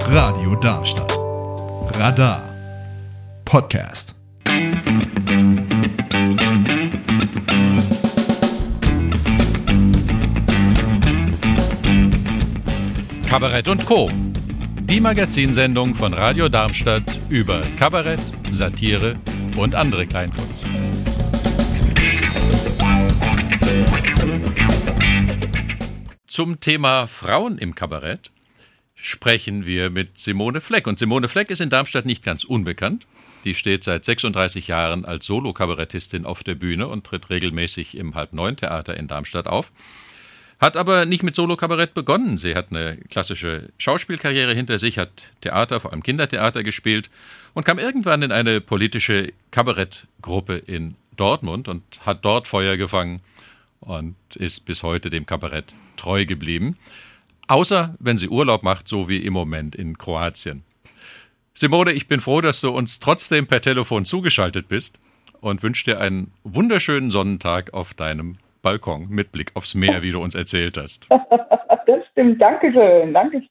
Radio Darmstadt. Radar Podcast. Kabarett und Co. Die Magazinsendung von Radio Darmstadt über Kabarett, Satire und andere Kleinkunst. Zum Thema Frauen im Kabarett sprechen wir mit Simone Fleck. Und Simone Fleck ist in Darmstadt nicht ganz unbekannt. Die steht seit 36 Jahren als Solo-Kabarettistin auf der Bühne und tritt regelmäßig im Halb-9-Theater in Darmstadt auf. Hat aber nicht mit Solo-Kabarett begonnen. Sie hat eine klassische Schauspielkarriere hinter sich, hat Theater, vor allem Kindertheater gespielt und kam irgendwann in eine politische Kabarettgruppe in Dortmund und hat dort Feuer gefangen und ist bis heute dem Kabarett treu geblieben. Außer wenn sie Urlaub macht, so wie im Moment in Kroatien. Simone, ich bin froh, dass du uns trotzdem per Telefon zugeschaltet bist und wünsche dir einen wunderschönen Sonnentag auf deinem Balkon mit Blick aufs Meer, wie du uns erzählt hast. Das stimmt, Dankeschön.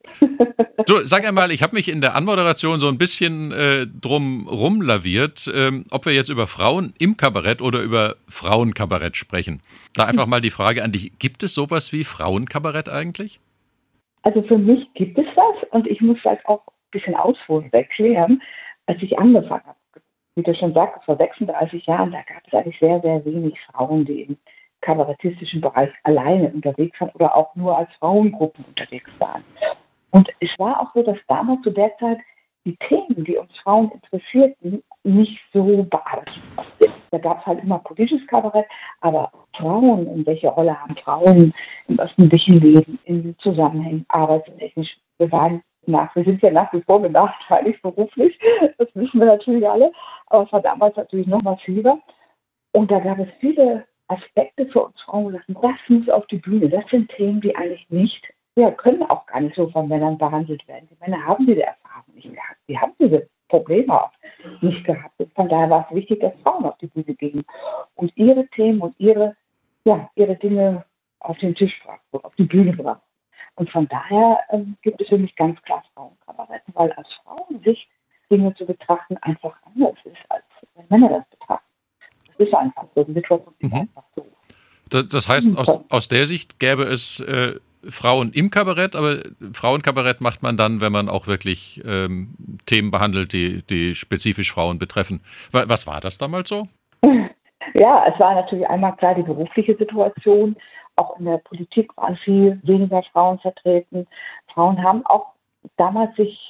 Du, sag einmal, ich habe mich in der Anmoderation so ein bisschen drum rumlaviert, ob wir jetzt über Frauen im Kabarett oder über Frauenkabarett sprechen. Da einfach mal die Frage an dich, gibt es sowas wie Frauenkabarett eigentlich? Also für mich gibt es was und ich muss halt auch ein bisschen ausholen, erklären, als ich angefangen habe. Wie du schon sagst, vor 36 Jahren, da gab es eigentlich sehr, sehr wenig Frauen, die im kabarettistischen Bereich alleine unterwegs waren oder auch nur als Frauengruppen unterwegs waren. Und es war auch so, dass damals zu der Zeit die Themen, die uns Frauen interessierten, nicht so bearbeitet sind. Da gab es halt immer politisches Kabarett, aber Frauen, in welche Rolle haben Frauen im öffentlichen Leben, in Zusammenhängen, arbeitstechnisch, wir sind ja nach wie vor benachteiligt beruflich, das wissen wir natürlich alle, aber es war damals natürlich noch massiver. Und da gab es viele Aspekte für uns Frauen, das muss auf die Bühne. Das sind Themen, die eigentlich können auch gar nicht so von Männern behandelt werden. Die Männer haben diese Erfahrung nicht gehabt. Die haben diese Probleme auch nicht gehabt. Und von daher war es wichtig, dass Frauen auf die Bühne gingen und ihre Themen und ihre Dinge auf den Tisch brachten, auf die Bühne brachten. Und von daher gibt es für mich ganz klar Frauenkabaretten, weil als Frauen sich Dinge zu betrachten einfach anders ist, als wenn Männer das betrachten. Das ist einfach so. Die Situation ist einfach so. Das heißt, aus der Sicht gäbe es Frauen im Kabarett, aber Frauenkabarett macht man dann, wenn man auch wirklich Themen behandelt, die spezifisch Frauen betreffen. Was war das damals so? Ja, es war natürlich einmal klar die berufliche Situation. Auch in der Politik waren viel weniger Frauen vertreten. Frauen haben auch damals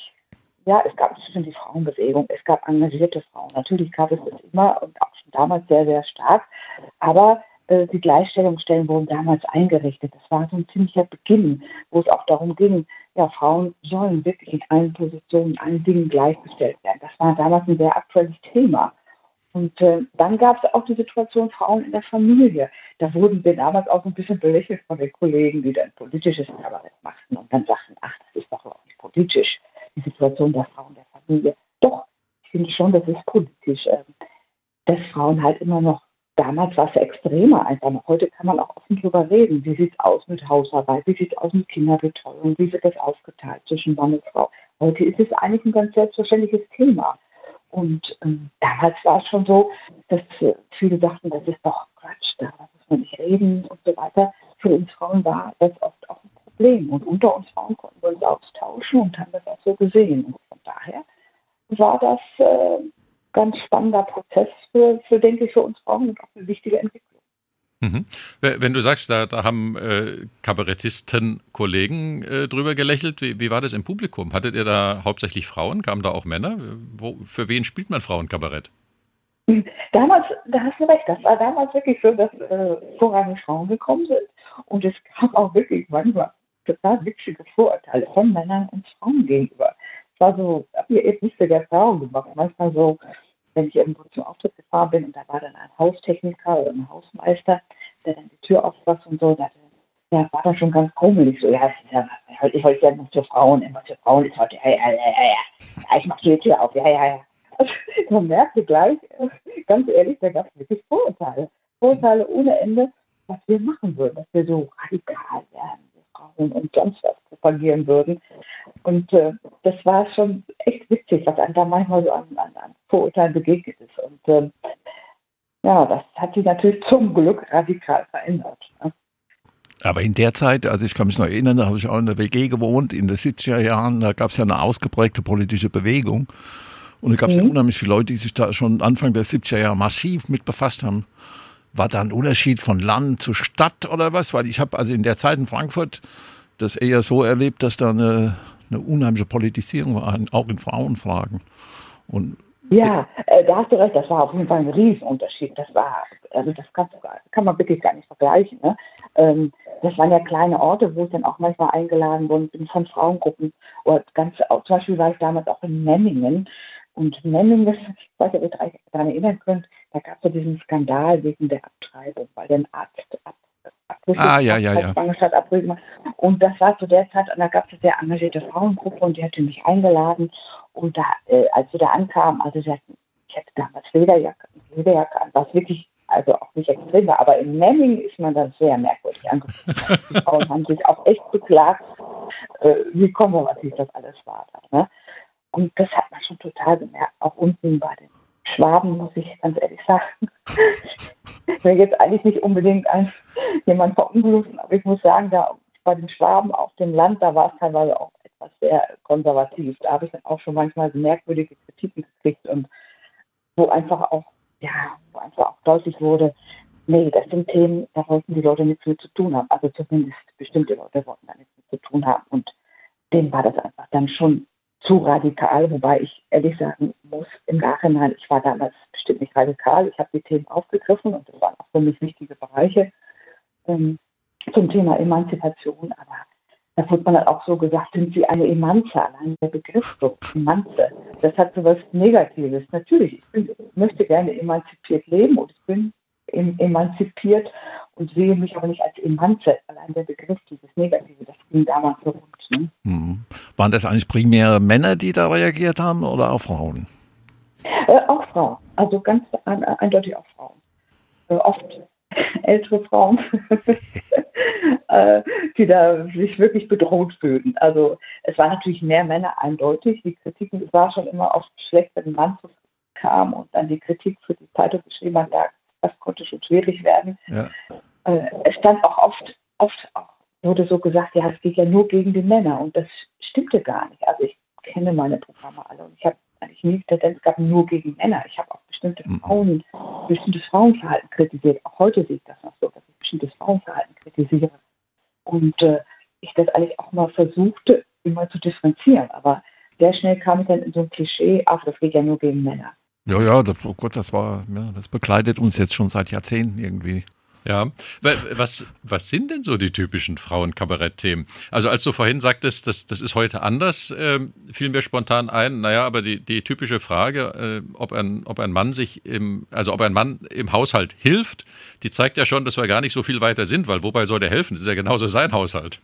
es gab schon die Frauenbewegung, es gab engagierte Frauen. Natürlich gab es das immer und auch schon damals sehr, sehr stark. Aber die Gleichstellungsstellen wurden damals eingerichtet. Das war so ein ziemlicher Beginn, wo es auch darum ging, Frauen sollen wirklich in allen Positionen, in allen Dingen gleichgestellt werden. Das war damals ein sehr aktuelles Thema. Und dann gab es auch die Situation Frauen in der Familie. Da wurden wir damals auch so ein bisschen belächelt von den Kollegen, die dann politisches Kabarett machten und dann sagten, ach, das ist doch überhaupt nicht politisch, die Situation der Frauen der Familie. Doch, ich finde schon, das ist politisch, dass Frauen halt immer noch, damals war es ja extremer einfach noch. Heute kann man auch offen drüber reden. Wie sieht es aus mit Hausarbeit? Wie sieht es aus mit Kinderbetreuung? Wie wird das aufgeteilt zwischen Mann und Frau? Heute ist es eigentlich ein ganz selbstverständliches Thema. Und damals war es schon so, dass viele dachten, das ist doch Quatsch, da muss man nicht reden und so weiter. Für uns Frauen war das oft auch ein Problem. Und unter uns Frauen konnten wir uns austauschen und haben das auch so gesehen. Und von daher war das ganz spannender Prozess denke ich, für uns Frauen und auch eine wichtige Entwicklung. Mhm. Wenn du sagst, da haben Kabarettisten, Kollegen drüber gelächelt, wie war das im Publikum? Hattet ihr da hauptsächlich Frauen? Kamen da auch Männer? Für wen spielt man Frauenkabarett? Damals, da hast du recht, das war damals wirklich so, dass vorrangig Frauen gekommen sind. Und es gab auch wirklich manchmal total witzige Vorurteile von Männern und Frauen gegenüber. Es war so, hab ich jetzt nicht so der Frauen gemacht. Manchmal so, wenn ich irgendwo zum Auftritt gefahren bin und da war dann ein Haustechniker oder ein Hausmeister, der dann die Tür aufschloss und so, war dann schon ganz komisch. So, ich wollte ja immer für Frauen ist heute, ich mach die Tür auf, Also, man merkte gleich, ganz ehrlich, da gab es wirklich Vorurteile. Vorurteile ohne Ende, was wir machen würden, dass wir so radikal werden, wir Frauen und sonst was propagieren würden. Und das war schon echt witzig, was einem da manchmal so an Vorurteilen begegnet ist. Und das hat sich natürlich zum Glück radikal verändert. Ne? Aber in der Zeit, also ich kann mich noch erinnern, da habe ich auch in der WG gewohnt, in den 70er Jahren, da gab es ja eine ausgeprägte politische Bewegung. Und da gab es ja unheimlich viele Leute, die sich da schon Anfang der 70er Jahre massiv mit befasst haben. War da ein Unterschied von Land zu Stadt oder was? Weil ich habe also in der Zeit in Frankfurt das eher so erlebt, dass da eine unheimliche Politisierung war, auch in Frauenfragen. Und da hast du recht, das war auf jeden Fall ein Riesenunterschied. Das kann man wirklich gar nicht vergleichen. Ne? Das waren ja kleine Orte, wo ich dann auch manchmal eingeladen worden bin von Frauengruppen. Oder zum Beispiel war ich damals auch in Memmingen. Und Memmingen, ich weiß nicht, ob ihr euch daran erinnern könnt, da gab es ja diesen Skandal wegen der Abtreibung, weil der ein Arzt Schwangerschaft abbrüchen. Und das war zu der Zeit, und da gab es eine sehr engagierte Frauengruppe und die hatte mich eingeladen. Und da, als wir da ankamen, also ich hatte damals Lederjacke an, was wirklich, also auch nicht extrem war, aber in Memmingen ist man dann sehr merkwürdig angefangen. Die Frauen haben sich auch echt beklagt, wie konservativ das alles war da, ne? Und das hat man schon total gemerkt, auch unten bei den Schwaben, muss ich ganz ehrlich sagen. Ich will jetzt eigentlich nicht unbedingt jemand verunglimpfen, aber ich muss sagen, da bei den Schwaben auf dem Land, da war es teilweise auch etwas sehr konservativ. Da habe ich dann auch schon manchmal merkwürdige Kritiken gekriegt und wo einfach auch deutlich wurde, nee, das sind Themen, da wollten die Leute nichts mit zu tun haben. Also zumindest bestimmte Leute wollten da nichts mit zu tun haben. Und denen war das einfach dann schon zu radikal, wobei ich ehrlich sagen muss, im Nachhinein, ich war damals bestimmt nicht radikal, ich habe die Themen aufgegriffen und das waren auch für mich wichtige Bereiche zum Thema Emanzipation, aber da wurde man dann auch so gesagt, sind Sie eine Emanze, allein der Begriff so, Emanze, das hat so was Negatives. Natürlich, ich möchte gerne emanzipiert leben und ich bin emanzipiert und sehe mich aber nicht als Emanze, allein der Begriff, dieses Negative, das ging damals so rund. Ne? Waren das eigentlich primär Männer, die da reagiert haben oder auch Frauen? Auch Frauen, also ganz eindeutig auch Frauen. Oft ältere Frauen, die da sich wirklich bedroht fühlen. Also es waren natürlich mehr Männer eindeutig. Die Kritik war schon immer oft schlecht, wenn ein Mann kam und dann die Kritik für die Zeitung geschrieben hat, das konnte schon schwierig werden. Ja. Es stand auch oft wurde so gesagt, ja, es geht ja nur gegen die Männer und das stimmte gar nicht. Also ich kenne meine Programme alle und ich habe eigentlich nie Tendenz gehabt, nur gegen Männer. Ich habe auch bestimmtes Frauenverhalten kritisiert. Auch heute sehe ich das noch so, dass ich bestimmtes Frauenverhalten kritisiere. Und ich das eigentlich auch mal versuchte, immer zu differenzieren. Aber sehr schnell kam ich dann in so ein Klischee, das geht ja nur gegen Männer. Ja, das begleitet uns jetzt schon seit Jahrzehnten irgendwie. Ja, was sind denn so die typischen Frauenkabarett-Themen? Also als du vorhin sagtest, das ist heute anders, fiel mir spontan ein, aber die typische Frage, ob ein Mann im Haushalt hilft, die zeigt ja schon, dass wir gar nicht so viel weiter sind, weil wobei soll der helfen? Das ist ja genauso sein Haushalt.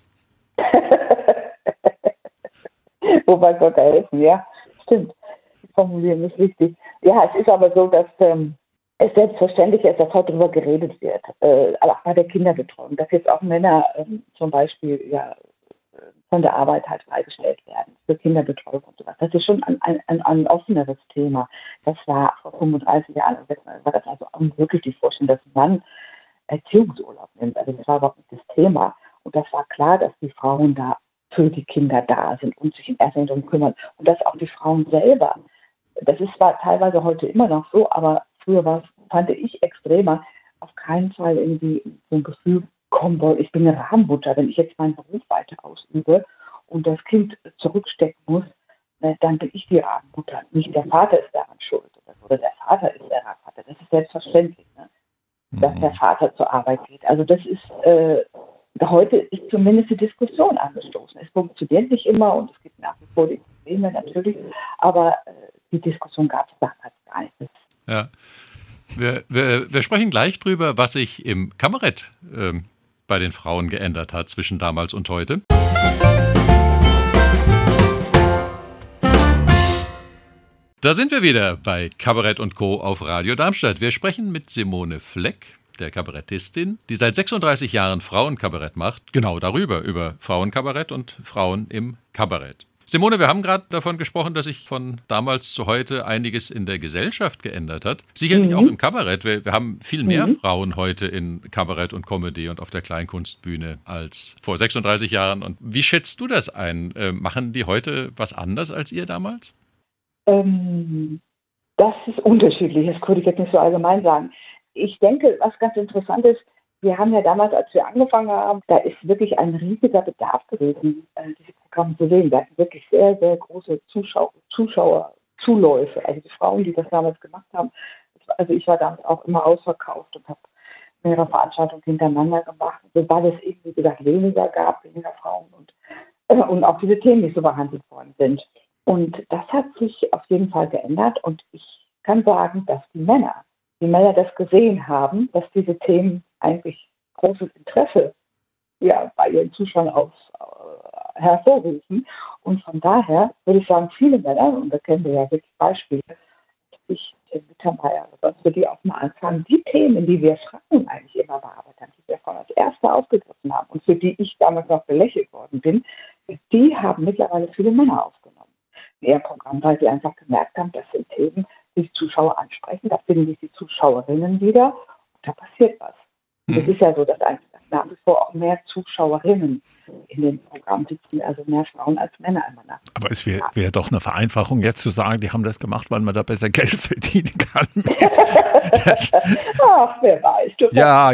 Wobei soll der helfen, ja, stimmt. Die Formulierung ist richtig. Ja, es ist aber so, dass es selbstverständlich ist, dass heute darüber geredet wird, auch bei der Kinderbetreuung, dass jetzt auch Männer zum Beispiel von der Arbeit halt freigestellt werden für Kinderbetreuung und sowas. Das ist schon ein offeneres Thema. Das war vor 35 Jahren, war das also wirklich die Vorstellung, dass ein Mann Erziehungsurlaub nimmt. Also das war überhaupt nicht das Thema. Und das war klar, dass die Frauen da für die Kinder da sind und sich in erster Linie darum kümmern. Und dass auch die Frauen selber, das ist zwar teilweise heute immer noch so, aber früher fand ich extremer, auf keinen Fall irgendwie so ein Gefühl kommen soll, ich bin eine Rabenmutter, wenn ich jetzt meinen Beruf weiter ausübe und das Kind zurückstecken muss, dann bin ich die Rabenmutter. Nicht der Vater ist daran schuld oder der Vater ist der Rabenvater. Das ist selbstverständlich, ne? Dass der Vater zur Arbeit geht. Also das ist, heute ist zumindest die Diskussion angestoßen. Es funktioniert nicht immer und es gibt nach wie vor die Probleme natürlich, aber die Diskussion gab es damals gar nicht. Ja. Wir sprechen gleich drüber, was sich im Kabarett bei den Frauen geändert hat zwischen damals und heute. Da sind wir wieder bei Kabarett und Co. auf Radio Darmstadt. Wir sprechen mit Simone Fleck, der Kabarettistin, die seit 36 Jahren Frauenkabarett macht. Genau darüber, über Frauenkabarett und Frauen im Kabarett. Simone, wir haben gerade davon gesprochen, dass sich von damals zu heute einiges in der Gesellschaft geändert hat. Sicherlich auch im Kabarett. Wir haben viel mehr Frauen heute in Kabarett und Comedy und auf der Kleinkunstbühne als vor 36 Jahren. Und wie schätzt du das ein? Machen die heute was anders als ihr damals? Das ist unterschiedlich. Das könnte ich jetzt nicht so allgemein sagen. Ich denke, was ganz interessant ist, wir haben ja damals, als wir angefangen haben, da ist wirklich ein riesiger Bedarf gewesen, diese Programme zu sehen. Wir hatten wirklich sehr, sehr große Zuschauerzuläufe. Also die Frauen, die das damals gemacht haben. Also ich war damals auch immer ausverkauft und habe mehrere Veranstaltungen hintereinander gemacht, weil es eben, wie gesagt, weniger gab, weniger Frauen und auch diese Themen nicht so behandelt worden sind. Und das hat sich auf jeden Fall geändert und ich kann sagen, dass die Männer das gesehen haben, dass diese Themen eigentlich großes Interesse bei ihren Zuschauern hervorrufen. Und von daher würde ich sagen, viele Männer, und da kennen wir ja wirklich Beispiele, ich, Mittermeier, für die auch mal anfangen, die Themen, die wir Frauen eigentlich immer bearbeitet haben, die wir Frauen als Erste aufgegriffen haben und für die ich damals noch belächelt worden bin, die haben mittlerweile viele Männer aufgenommen in ihrem Programm, weil sie einfach gemerkt haben, das sind Themen, die Zuschauer ansprechen, da finden sich die Zuschauerinnen wieder und da passiert was. Es ist ja so, dass eigentlich nach wie vor auch mehr Zuschauerinnen in dem Programm sitzen, also mehr Frauen als Männer immer nach. Aber es wäre doch eine Vereinfachung, jetzt zu sagen, die haben das gemacht, weil man da besser Geld verdienen kann. Ach, wer weiß. Ja.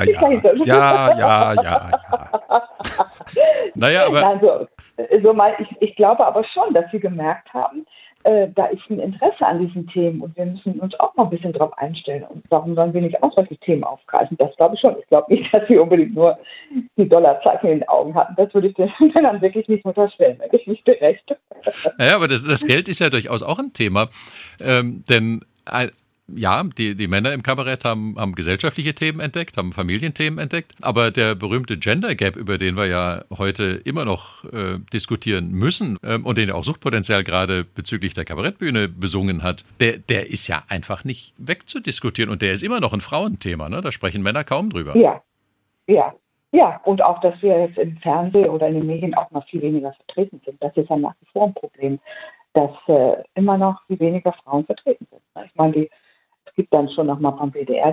Naja, aber... Also, ich glaube aber schon, dass sie gemerkt haben, da ist ein Interesse an diesen Themen und wir müssen uns auch mal ein bisschen drauf einstellen. Und warum sollen wir nicht auch solche Themen aufgreifen? Das glaube ich schon. Ich glaube nicht, dass sie unbedingt nur die Dollarzeichen in den Augen hatten. Das würde ich den Männern wirklich nicht unterstellen, wenn ich nicht recht. Naja, aber das Geld ist ja durchaus auch ein Thema. Denn die Männer im Kabarett haben gesellschaftliche Themen entdeckt, haben Familienthemen entdeckt. Aber der berühmte Gender Gap, über den wir ja heute immer noch diskutieren müssen und den ja auch Suchtpotenzial gerade bezüglich der Kabarettbühne besungen hat, der ist ja einfach nicht wegzudiskutieren. Und der ist immer noch ein Frauenthema, ne? Da sprechen Männer kaum drüber. Ja. Und auch, dass wir jetzt im Fernsehen oder in den Medien auch noch viel weniger vertreten sind. Das ist ja nach wie vor ein Problem, dass immer noch viel weniger Frauen vertreten sind. Ich meine, es gibt dann schon nochmal vom WDR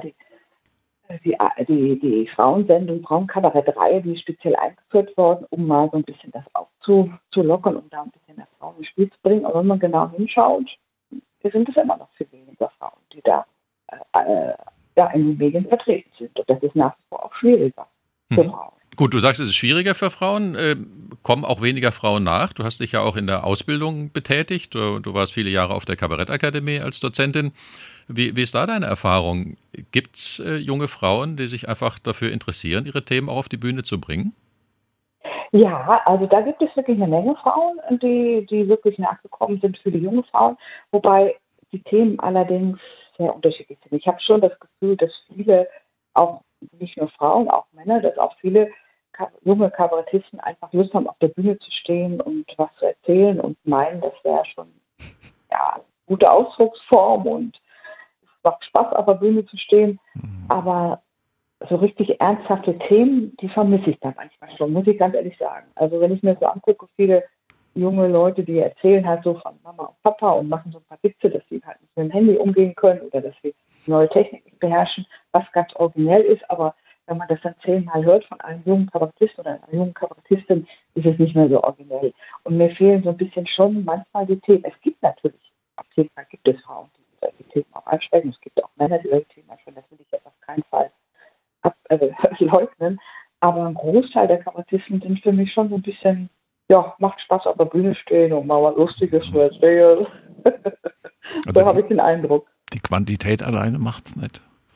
die Frauensendung, Frauenkabarettreihe, die ist speziell eingeführt worden, um mal so ein bisschen das aufzulockern, um da ein bisschen das Frauen ins Spiel zu bringen. Aber wenn man genau hinschaut, sind es immer noch viel weniger Frauen, die da in den Medien vertreten sind. Und das ist nach wie vor auch schwieriger für Frauen. Gut, du sagst, es ist schwieriger für Frauen. Kommen auch weniger Frauen nach? Du hast dich ja auch in der Ausbildung betätigt. Du warst viele Jahre auf der Kabarettakademie als Dozentin. Wie ist da deine Erfahrung? Gibt es junge Frauen, die sich einfach dafür interessieren, ihre Themen auch auf die Bühne zu bringen? Ja, also da gibt es wirklich eine Menge Frauen, die wirklich nachgekommen sind für die junge Frauen, wobei die Themen allerdings sehr unterschiedlich sind. Ich habe schon das Gefühl, dass viele, auch nicht nur Frauen, auch Männer, dass auch viele junge Kabarettisten einfach Lust haben, auf der Bühne zu stehen und was zu erzählen und meinen, das wäre schon eine gute Ausdrucksform und es macht Spaß, auf der Bühne zu stehen. Aber so richtig ernsthafte Themen, die vermisse ich da manchmal schon, muss ich ganz ehrlich sagen. Also wenn ich mir so angucke, viele junge Leute, die erzählen halt so von Mama und Papa und machen so ein paar Witze, dass sie halt nicht mit dem Handy umgehen können oder dass sie neue Techniken beherrschen, was ganz originell ist, aber wenn man das dann 10-mal hört von einem jungen Kabarettisten oder einer jungen Kabarettistin, ist es nicht mehr so originell. Und mir fehlen so ein bisschen schon manchmal die Themen. Es gibt natürlich, auf jeden Fall gibt es Frauen, die solche Themen auch ansprechen. Es gibt auch Männer, die solche Themen ansprechen. Das will ich jetzt auf keinen Fall leugnen. Aber ein Großteil der Kabarettisten sind für mich schon so ein bisschen, macht Spaß auf der Bühne stehen und mal was Lustiges zu erzählen. So habe ich den Eindruck. Die Quantität alleine macht's nicht.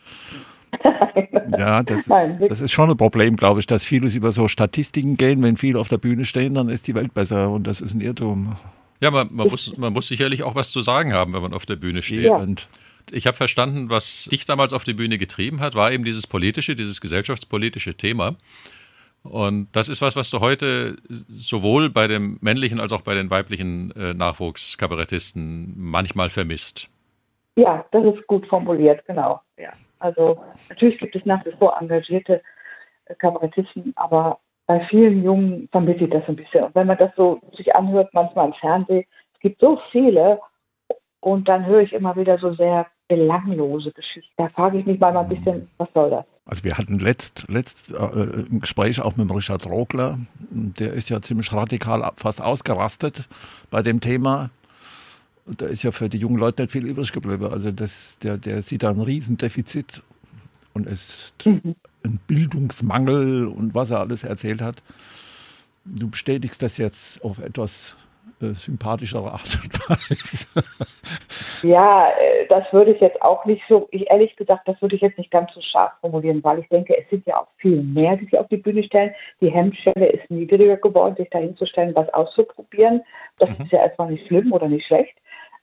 Ja, das ist schon ein Problem, glaube ich, dass vieles über so Statistiken gehen. Wenn viele auf der Bühne stehen, dann ist die Welt besser und das ist ein Irrtum. Ja, man muss sicherlich auch was zu sagen haben, wenn man auf der Bühne steht. Ja. Ich habe verstanden, was dich damals auf die Bühne getrieben hat, war eben dieses gesellschaftspolitische Thema. Und das ist was du heute sowohl bei dem männlichen als auch bei den weiblichen Nachwuchskabarettisten manchmal vermisst. Ja, das ist gut formuliert, genau. Ja. Also natürlich gibt es nach wie vor engagierte Kabarettisten, aber bei vielen Jungen vermisse ich das ein bisschen. Und wenn man das so sich anhört, manchmal im Fernsehen, es gibt so viele und dann höre ich immer wieder so sehr belanglose Geschichten. Da frage ich mich mal ein bisschen, was soll das? Also wir hatten letzt ein Gespräch auch mit dem Richard Rogler, der ist ja ziemlich radikal fast ausgerastet bei dem Thema. Und da ist ja für die jungen Leute nicht viel übrig geblieben. Also der sieht da ein Riesendefizit und es ist ein Bildungsmangel und was er alles erzählt hat. Du bestätigst das jetzt auf etwas sympathischere Art und Weise. Ja, das würde ich jetzt auch nicht so, ehrlich gesagt, das würde ich jetzt nicht ganz so scharf formulieren, weil ich denke, es sind ja auch viel mehr, die sich auf die Bühne stellen. Die Hemmschwelle ist niedriger geworden, sich dahin zu stellen, was auszuprobieren. Das ist ja erstmal nicht schlimm oder nicht schlecht.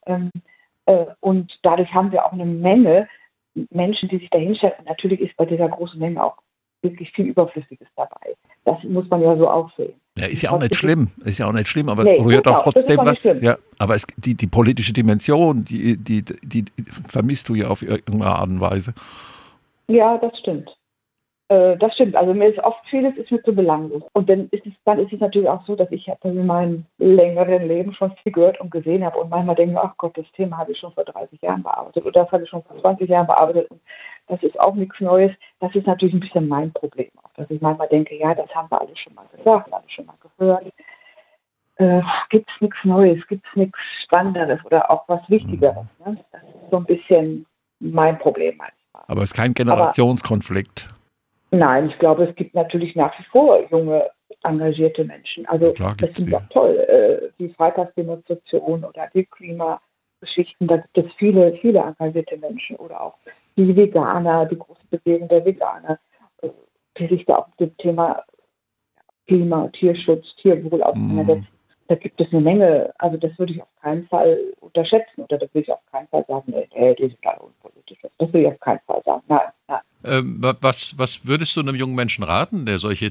Und dadurch haben wir auch eine Menge Menschen, die sich dahin stellen. Und natürlich ist bei dieser großen Menge auch wirklich viel Überflüssiges dabei. Das muss man ja so auch sehen. Ja, ist ja auch nicht schlimm. Aber es berührt auch trotzdem was. Ja, aber die politische Dimension, die vermisst du ja auf irgendeine Art und Weise. Ja, das stimmt. Das stimmt. Also mir ist oft vieles ist mir zu belanglos. Und dann ist es natürlich auch so, dass ich in meinem längeren Leben schon viel gehört und gesehen habe und manchmal denke, ach Gott, das Thema habe ich schon vor 30 Jahren bearbeitet oder das habe ich schon vor 20 Jahren bearbeitet und das ist auch nichts Neues. Das ist natürlich ein bisschen mein Problem auch, dass ich manchmal denke, ja, das haben wir alle schon mal gesagt, alle schon mal gehört. Gibt es nichts Neues, gibt es nichts Spannenderes oder auch was Wichtigeres. Ne? Das ist so ein bisschen mein Problem manchmal. Aber es ist kein Generationskonflikt. Nein, ich glaube, es gibt natürlich nach wie vor junge, engagierte Menschen. Also klar, das sind doch toll, die Freitagsdemonstrationen oder die Klimageschichten. Da gibt es viele, viele engagierte Menschen oder auch die Veganer, die große Bewegung der Veganer, die sich da auch mit dem Thema Klima, Tierschutz, Tierwohl auseinandersetzen. Da gibt es eine Menge, also das würde ich auf keinen Fall unterschätzen oder das würde ich auf keinen Fall sagen, die sind alle unpolitisch. Das würde ich auf keinen Fall sagen, nein. Was würdest du einem jungen Menschen raten, der sich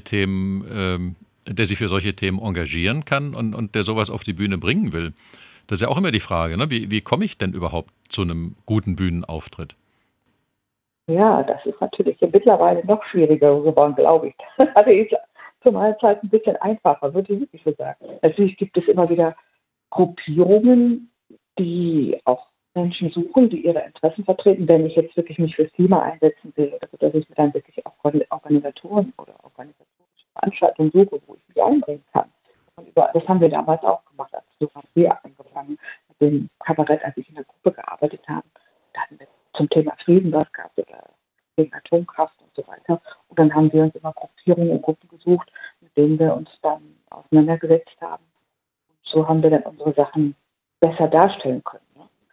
für solche Themen engagieren kann und der sowas auf die Bühne bringen will? Das ist ja auch immer die Frage, ne? Wie komme ich denn überhaupt zu einem guten Bühnenauftritt? Ja, das ist natürlich mittlerweile noch schwieriger geworden, glaube ich. Also ich zu meiner Zeit ein bisschen einfacher, würde ich wirklich so sagen. Natürlich gibt es immer wieder Gruppierungen, die auch Menschen suchen, die ihre Interessen vertreten. Wenn ich jetzt wirklich mich fürs Klima einsetzen will, oder so, dass ich mir dann wirklich auch Organisatoren oder organisatorische Veranstaltungen suche, wo ich mich einbringen kann. Und das haben wir damals auch gemacht, als so haben wir angefangen mit dem Kabarett, als ich in der Gruppe gearbeitet habe. Da hatten wir zum Thema Frieden was gehabt oder gegen Atomkraft und so weiter. Und dann haben wir uns immer Gruppierungen und Gruppen gesucht, mit denen wir uns dann auseinandergesetzt haben. Und so haben wir dann unsere Sachen besser darstellen können.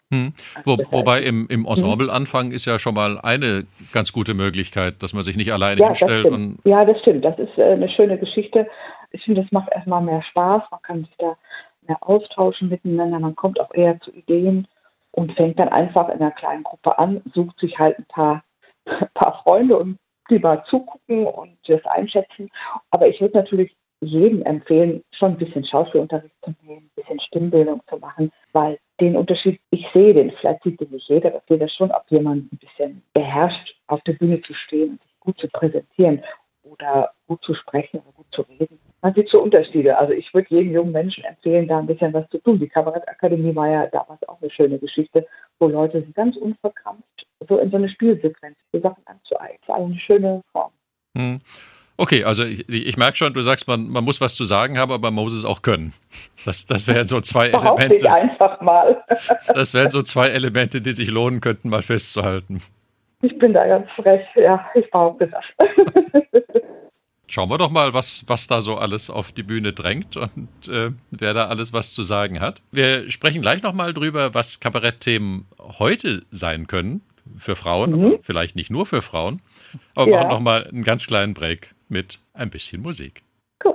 Wobei im Ensemble anfangen ist ja schon mal eine ganz gute Möglichkeit, dass man sich nicht alleine hinstellt. Ja, das stimmt. Das ist eine schöne Geschichte. Ich finde, das macht erstmal mehr Spaß. Man kann sich da mehr austauschen miteinander. Man kommt auch eher zu Ideen und fängt dann einfach in einer kleinen Gruppe an, sucht sich halt ein paar Freunde und die mal zugucken und das einschätzen. Aber ich würde natürlich jedem empfehlen, schon ein bisschen Schauspielunterricht zu nehmen, ein bisschen Stimmbildung zu machen, weil den Unterschied, ich sehe den, vielleicht sieht den nicht jeder, aber ich sehe das schon, ob jemand ein bisschen beherrscht, auf der Bühne zu stehen und sich gut zu präsentieren oder gut zu sprechen oder gut zu reden. Man sieht so Unterschiede. Also ich würde jedem jungen Menschen empfehlen, da ein bisschen was zu tun. Die Kabarettakademie war ja damals auch eine schöne Geschichte, wo Leute sich ganz unverkrampft so in so eine Spielsequenz die Sachen anzueignen. Das ist eine schöne Form. Okay, also ich merke schon, du sagst, man muss was zu sagen haben, aber man muss es auch können. Das wären so zwei Elemente. Ich einfach mal. Das wären so zwei Elemente, die sich lohnen könnten, mal festzuhalten. Ich bin da ganz frech, ja, ich behaupte das. Schauen wir doch mal, was da so alles auf die Bühne drängt und wer da alles was zu sagen hat. Wir sprechen gleich nochmal drüber, was Kabarettthemen heute sein können für Frauen, aber vielleicht nicht nur für Frauen. Aber machen nochmal einen ganz kleinen Break mit ein bisschen Musik. Cool.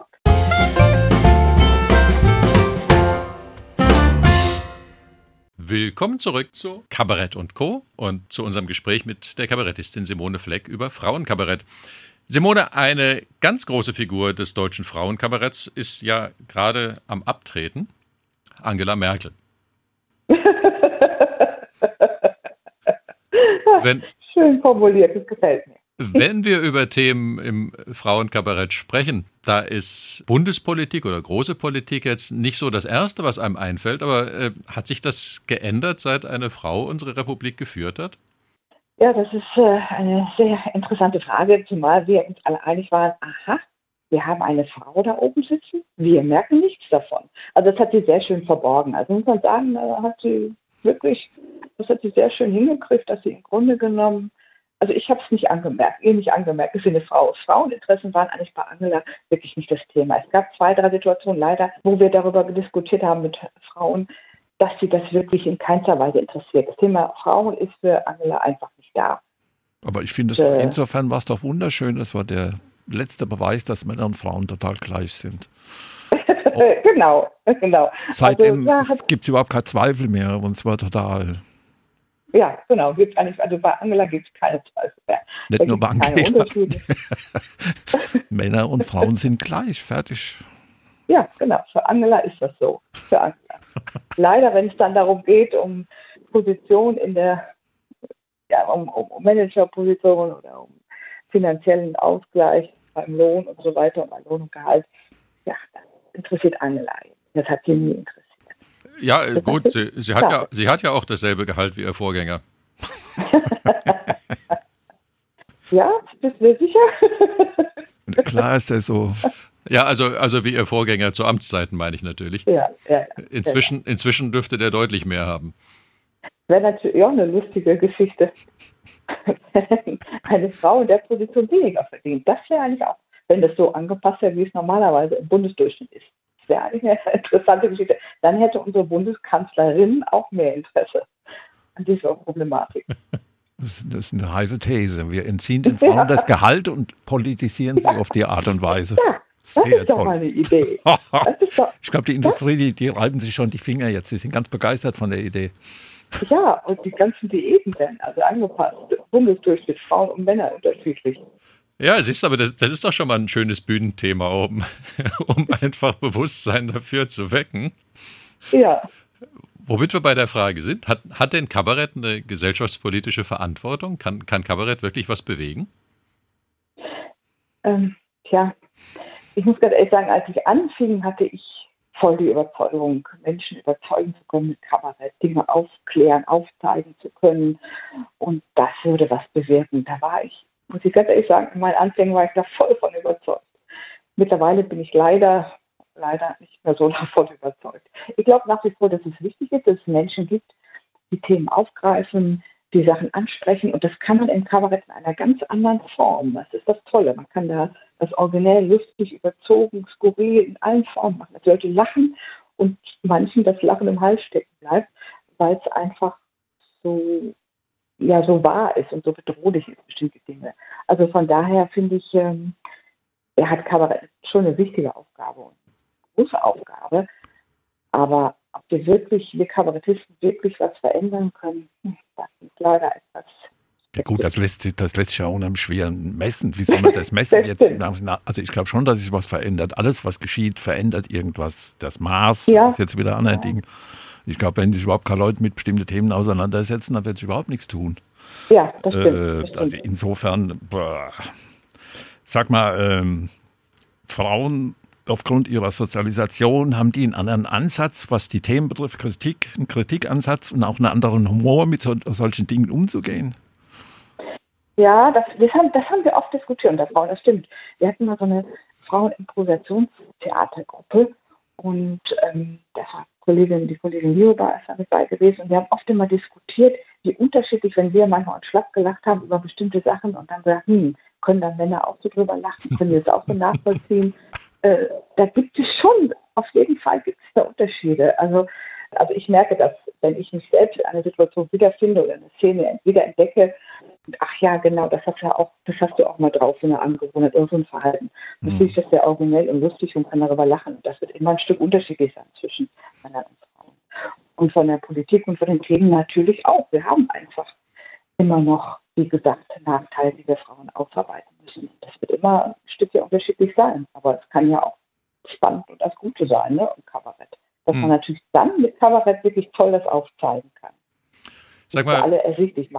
Willkommen zurück zu Kabarett und Co. und zu unserem Gespräch mit der Kabarettistin Simone Fleck über Frauenkabarett. Simone, eine ganz große Figur des deutschen Frauenkabaretts ist ja gerade am Abtreten, Angela Merkel. Schön formuliert, das gefällt mir. Wenn wir über Themen im Frauenkabarett sprechen, da ist Bundespolitik oder große Politik jetzt nicht so das Erste, was einem einfällt, aber hat sich das geändert, seit eine Frau unsere Republik geführt hat? Ja, das ist eine sehr interessante Frage, zumal wir uns alle einig waren, aha, wir haben eine Frau da oben sitzen, wir merken nichts davon. Also das hat sie sehr schön verborgen. Also muss man sagen, das hat sie sehr schön hingekriegt, dass sie im Grunde genommen, also ich habe es nicht angemerkt, ihr nicht angemerkt, ist sie eine Frau. Fraueninteressen waren eigentlich bei Angela wirklich nicht das Thema. Es gab 2, 3 Situationen leider, wo wir darüber diskutiert haben mit Frauen, dass sie das wirklich in keinster Weise interessiert. Das Thema Frauen ist für Angela einfach nicht da. Aber ich finde, insofern war es doch wunderschön. Das war der letzte Beweis, dass Männer und Frauen total gleich sind. Genau. Seitdem gibt es überhaupt keinen Zweifel mehr und zwar total. Ja, genau. Gibt's eigentlich, also bei Angela gibt es keine Zweifel mehr. Nicht nur bei Angela. Männer und Frauen sind gleich, fertig. Ja, genau. Für Angela ist das so. Für Angela. Leider, wenn es dann darum geht, um Position um Managerposition oder um finanziellen Ausgleich beim Lohn und so weiter und bei Lohn und Gehalt, ja, das interessiert Angela. Das hat sie nie interessiert. Ja, gut, sie hat ja auch dasselbe Gehalt wie ihr Vorgänger. Ja, bist du sicher? Klar ist er so. Ja, also wie ihr Vorgänger zu Amtszeiten, meine ich natürlich. Ja. Inzwischen dürfte der deutlich mehr haben. Wäre natürlich auch eine lustige Geschichte, wenn eine Frau in der Position weniger verdient. Das wäre eigentlich auch, wenn das so angepasst wäre, wie es normalerweise im Bundesdurchschnitt ist. Das wäre eigentlich eine interessante Geschichte. Dann hätte unsere Bundeskanzlerin auch mehr Interesse an dieser Problematik. Das ist eine heiße These. Wir entziehen den Frauen das Gehalt und politisieren sie auf die Art und Weise. Ja. Das ist doch mal eine Idee. Ich glaube, die Industrie, die reiben sich schon die Finger jetzt. Sie sind ganz begeistert von der Idee. Ja, und die ganzen Diäten werden also angepasst. Bundesdurchschnitt, Frauen und Männer unterschiedlich. Ja, siehst du, aber das ist doch schon mal ein schönes Bühnenthema, um einfach Bewusstsein dafür zu wecken. Ja. Womit wir bei der Frage sind, hat denn Kabarett eine gesellschaftspolitische Verantwortung? Kann Kabarett wirklich was bewegen? Ich muss ganz ehrlich sagen, als ich anfing, hatte ich voll die Überzeugung, Menschen überzeugen zu können mit Kabarett, Dinge aufklären, aufzeigen zu können. Und das würde was bewirken. Da war ich, muss ich ganz ehrlich sagen, in meinen Anfängen war ich da voll von überzeugt. Mittlerweile bin ich leider nicht mehr so davon überzeugt. Ich glaube nach wie vor, dass es wichtig ist, dass es Menschen gibt, die Themen aufgreifen, die Sachen ansprechen. Und das kann man im Kabarett in einer ganz anderen Form. Das ist das Tolle. Man kann da das originell, lustig, überzogen, skurril in allen Formen machen. Dass Leute lachen und manchen das Lachen im Hals stecken bleibt, weil es einfach so wahr ist und so bedrohlich ist, bestimmte Dinge. Also von daher finde ich, hat Kabarett schon eine wichtige Aufgabe und eine große Aufgabe. Aber ob wir Kabarettisten wirklich was verändern können, das ist leider etwas. Ja gut, das lässt sich ja unheimlich schwer messen. Wie soll man das messen jetzt? Also ich glaube schon, dass sich was verändert. Alles, was geschieht, verändert irgendwas. Das Maß, das ist jetzt wieder ein anderes Ding. Ich glaube, wenn sich überhaupt keine Leute mit bestimmten Themen auseinandersetzen, dann wird sich überhaupt nichts tun. Ja, das stimmt. Also insofern, sag mal, Frauen aufgrund ihrer Sozialisation haben die einen anderen Ansatz, was die Themen betrifft, einen Kritikansatz und auch einen anderen Humor, mit solchen Dingen umzugehen? Ja, das haben wir oft diskutiert unter Frauen, das stimmt. Wir hatten mal so eine Frauen-Improvisationstheatergruppe und das war die Kollegin Lioba ist da mit bei gewesen und wir haben oft immer diskutiert, wie unterschiedlich, wenn wir manchmal uns schlapp gelacht haben über bestimmte Sachen und dann gesagt, können dann Männer auch so drüber lachen, können die das auch so nachvollziehen? Da gibt es schon, auf jeden Fall gibt es da Unterschiede. Also ich merke, dass wenn ich mich selbst in einer Situation wiederfinde oder eine Szene wiederentdecke, ach ja, genau, das hast du auch mal drauf, so eine Angewohnheit oder so ein Verhalten. Natürlich ist das sehr originell und lustig und kann darüber lachen. Das wird immer ein Stück unterschiedlich sein zwischen Männern und Frauen. Und von der Politik und von den Themen natürlich auch. Wir haben einfach immer noch, wie gesagt, Nachteile, die wir Frauen aufarbeiten müssen. Das wird immer ein Stück unterschiedlich sein. Aber es kann ja auch spannend und das Gute sein, ne? Und Kabarett. Dass man natürlich dann mit Kabarett wirklich toll das aufzeigen kann. Sag mal, für alle ersichtlich machen kann.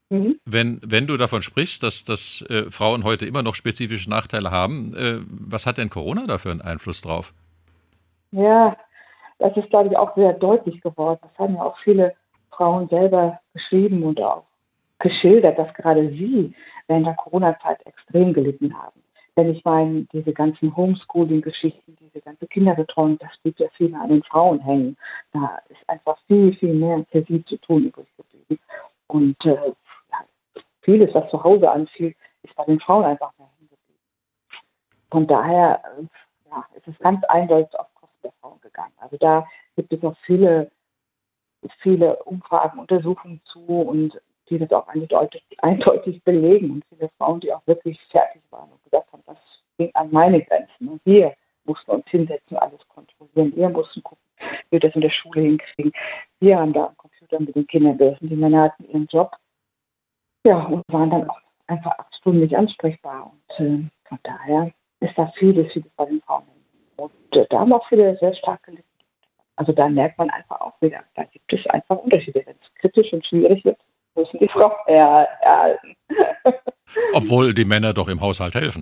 Wenn du davon sprichst, dass Frauen heute immer noch spezifische Nachteile haben, was hat denn Corona da für einen Einfluss drauf? Ja, das ist, glaube ich, auch sehr deutlich geworden. Das haben ja auch viele Frauen selber geschrieben und auch geschildert, dass gerade sie während der Corona-Zeit extrem gelitten haben. Denn ich meine, diese ganzen Homeschooling-Geschichten, diese ganze Kinderbetreuung, das blieb ja viel mehr an den Frauen hängen. Da ist einfach viel, viel mehr für sie zu tun übrig geblieben. Und vieles, was zu Hause anfiel, ist bei den Frauen einfach mehr hängen geblieben. Von daher ist es ganz eindeutig auf Kosten der Frauen gegangen. Also da gibt es noch viele Umfragen, Untersuchungen zu und die das auch eindeutig belegen. Und viele Frauen, die auch wirklich fertig waren und gesagt haben, das ging an meine Grenzen. Und wir mussten uns hinsetzen, alles kontrollieren. Wir mussten gucken, wie wir das in der Schule hinkriegen. Wir haben da am Computer mit den Kindern gesessen. Die Männer hatten ihren Job. Ja, und waren dann auch einfach 8 Stunden nicht ansprechbar. Und von daher ist da vieles bei den Frauen. Und da haben auch viele sehr stark gelitten. Also da merkt man einfach auch wieder, da gibt es einfach Unterschiede. Wenn es kritisch und schwierig wird, müssen die Frauen erhalten. Obwohl die Männer doch im Haushalt helfen.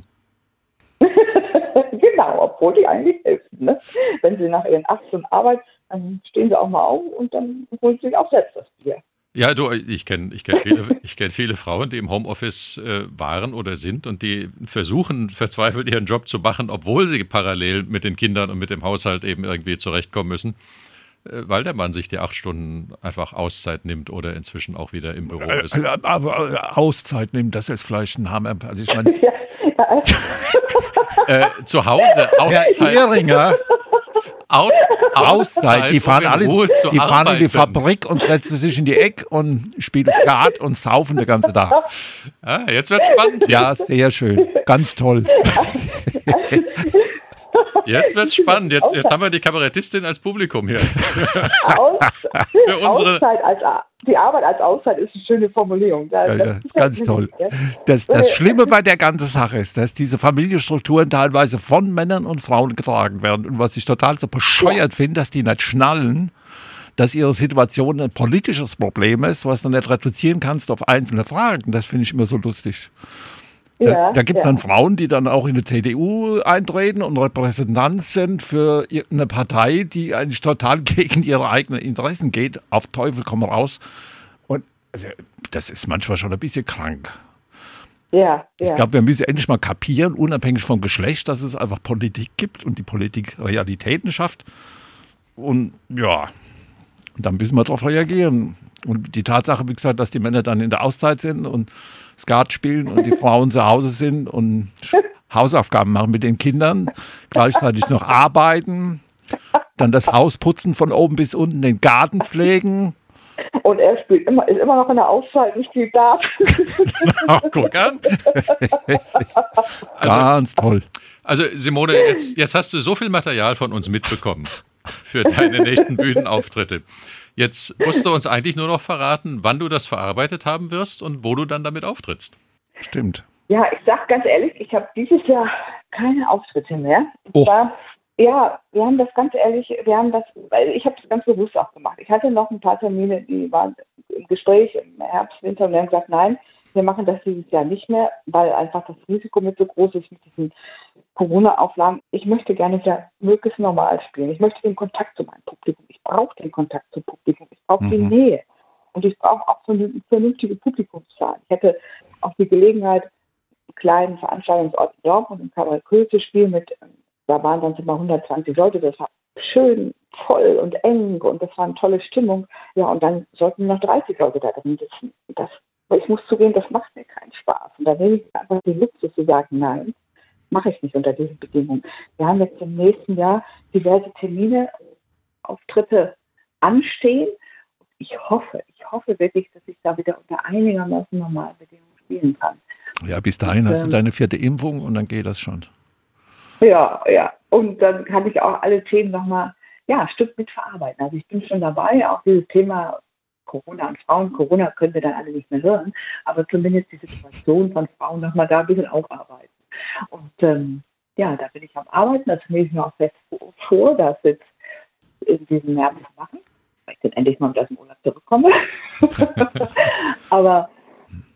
Genau, obwohl die eigentlich helfen. Ne? Wenn sie nach ihren 8 Stunden Arbeit, dann stehen sie auch mal auf und dann holen sie sich auch selbst das Bier. Ja, ich kenn viele Frauen, die im Homeoffice waren oder sind und die versuchen verzweifelt ihren Job zu machen, obwohl sie parallel mit den Kindern und mit dem Haushalt eben irgendwie zurechtkommen müssen, weil der Mann sich die 8 Stunden einfach Auszeit nimmt oder inzwischen auch wieder im Büro ist. Aber Auszeit nimmt, das ist vielleicht ein Hammer. Also ich meine, zu Hause Auszeit. Heringer. Auszeit. Die fahren alle, die fahren in die Fabrik und setzen sich in die Ecke und spielen Skat und saufen den ganzen Tag. Ah, jetzt wird's spannend. Ja, sehr schön. Ganz toll. Jetzt wird's spannend. Jetzt haben wir die Kabarettistin als Publikum hier. Die Arbeit als Auszeit ist eine schöne Formulierung. Das ist ganz toll. Das Schlimme bei der ganzen Sache ist, dass diese Familienstrukturen teilweise von Männern und Frauen getragen werden. Und was ich total so bescheuert finde, dass die nicht schnallen, dass ihre Situation ein politisches Problem ist, was du nicht reduzieren kannst auf einzelne Fragen. Das finde ich immer so lustig. Da gibt es dann Frauen, die dann auch in die CDU eintreten und Repräsentant sind für eine Partei, die eigentlich total gegen ihre eigenen Interessen geht. Auf Teufel komm raus. Und das ist manchmal schon ein bisschen krank. Ja. Ich glaube, wir müssen endlich mal kapieren, unabhängig vom Geschlecht, dass es einfach Politik gibt und die Politik Realitäten schafft. Und ja, dann müssen wir darauf reagieren. Und die Tatsache, wie gesagt, dass die Männer dann in der Auszeit sind und Skat spielen und die Frauen zu Hause sind und Hausaufgaben machen mit den Kindern, gleichzeitig noch arbeiten, dann das Haus putzen von oben bis unten, den Garten pflegen. Und er ist immer noch in der Auszeit und spielt Dart. Genau, guck an. Ganz toll. Also Simone, jetzt hast du so viel Material von uns mitbekommen für deine nächsten Bühnenauftritte. Jetzt musst du uns eigentlich nur noch verraten, wann du das verarbeitet haben wirst und wo du dann damit auftrittst. Stimmt. Ja, ich sag ganz ehrlich, ich habe dieses Jahr keine Auftritte mehr. Wir haben das ganz ehrlich, weil ich habe das ganz bewusst auch gemacht. Ich hatte noch ein paar Termine, die waren im Gespräch im Herbst, Winter und wir haben gesagt, nein, wir machen das dieses Jahr nicht mehr, weil einfach das Risiko mit so groß ist mit diesen Corona-Auflagen. Ich möchte gerne wieder möglichst normal spielen. Ich möchte den Kontakt zu meinem Publikum. Ich brauche den Kontakt zum Publikum. Ich brauche die Nähe. Und ich brauche auch so eine vernünftige Publikumszahl. Ich hätte auch die Gelegenheit, einen kleinen Veranstaltungsort in Dortmund im Kabarett Köhl zu spielen. Da waren dann immer 120 Leute. Das war schön voll und eng und das war eine tolle Stimmung. Ja, und dann sollten noch 30 Leute da drin sitzen. Aber ich muss zugeben, das macht mir keinen Spaß. Und da nehme ich einfach den Luxus zu sagen, nein, mache ich nicht unter diesen Bedingungen. Wir haben jetzt im nächsten Jahr diverse Termine, Auftritte anstehen. Ich hoffe wirklich, dass ich da wieder unter einigermaßen normalen Bedingungen spielen kann. Ja, bis dahin hast du deine 4. Impfung und dann geht das schon. Ja. Und dann kann ich auch alle Themen nochmal, ein Stück mit verarbeiten. Also ich bin schon dabei, auch dieses Thema Corona und Frauen. Corona können wir dann alle nicht mehr hören, aber zumindest die Situation von Frauen nochmal da ein bisschen aufarbeiten. Und da bin ich am Arbeiten, das nehme ich mir auch fest vor, das jetzt in diesem März zu machen, weil ich dann endlich mal aus dem Urlaub zurückkomme. Aber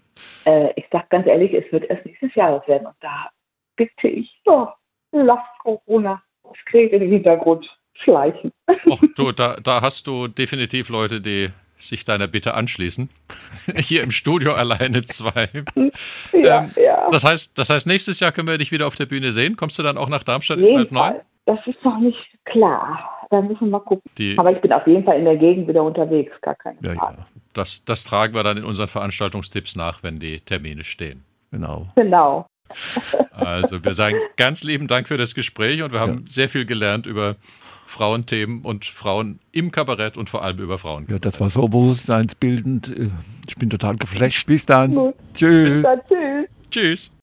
Ich sage ganz ehrlich, es wird erst nächstes Jahr werden. Und da bitte ich, lasst Corona das Krieg in den Hintergrund schleichen. Och, du, da hast du definitiv Leute, die sich deiner Bitte anschließen. Hier im Studio alleine 2. Ja. Das heißt, nächstes Jahr können wir dich wieder auf der Bühne sehen. Kommst du dann auch nach Darmstadt ins Alt 9? Das ist noch nicht klar. Da müssen wir mal gucken. Aber ich bin auf jeden Fall in der Gegend wieder unterwegs, gar keine Frage. Ja. Das tragen wir dann in unseren Veranstaltungstipps nach, wenn die Termine stehen. Genau. Also wir sagen ganz lieben Dank für das Gespräch und wir haben sehr viel gelernt über Frauenthemen und Frauen im Kabarett und vor allem über Frauen. Ja, das war so bewusstseinsbildend. Ich bin total geflasht. Bis dann. Gut. Tschüss. Bis dann. Tschüss. Tschüss.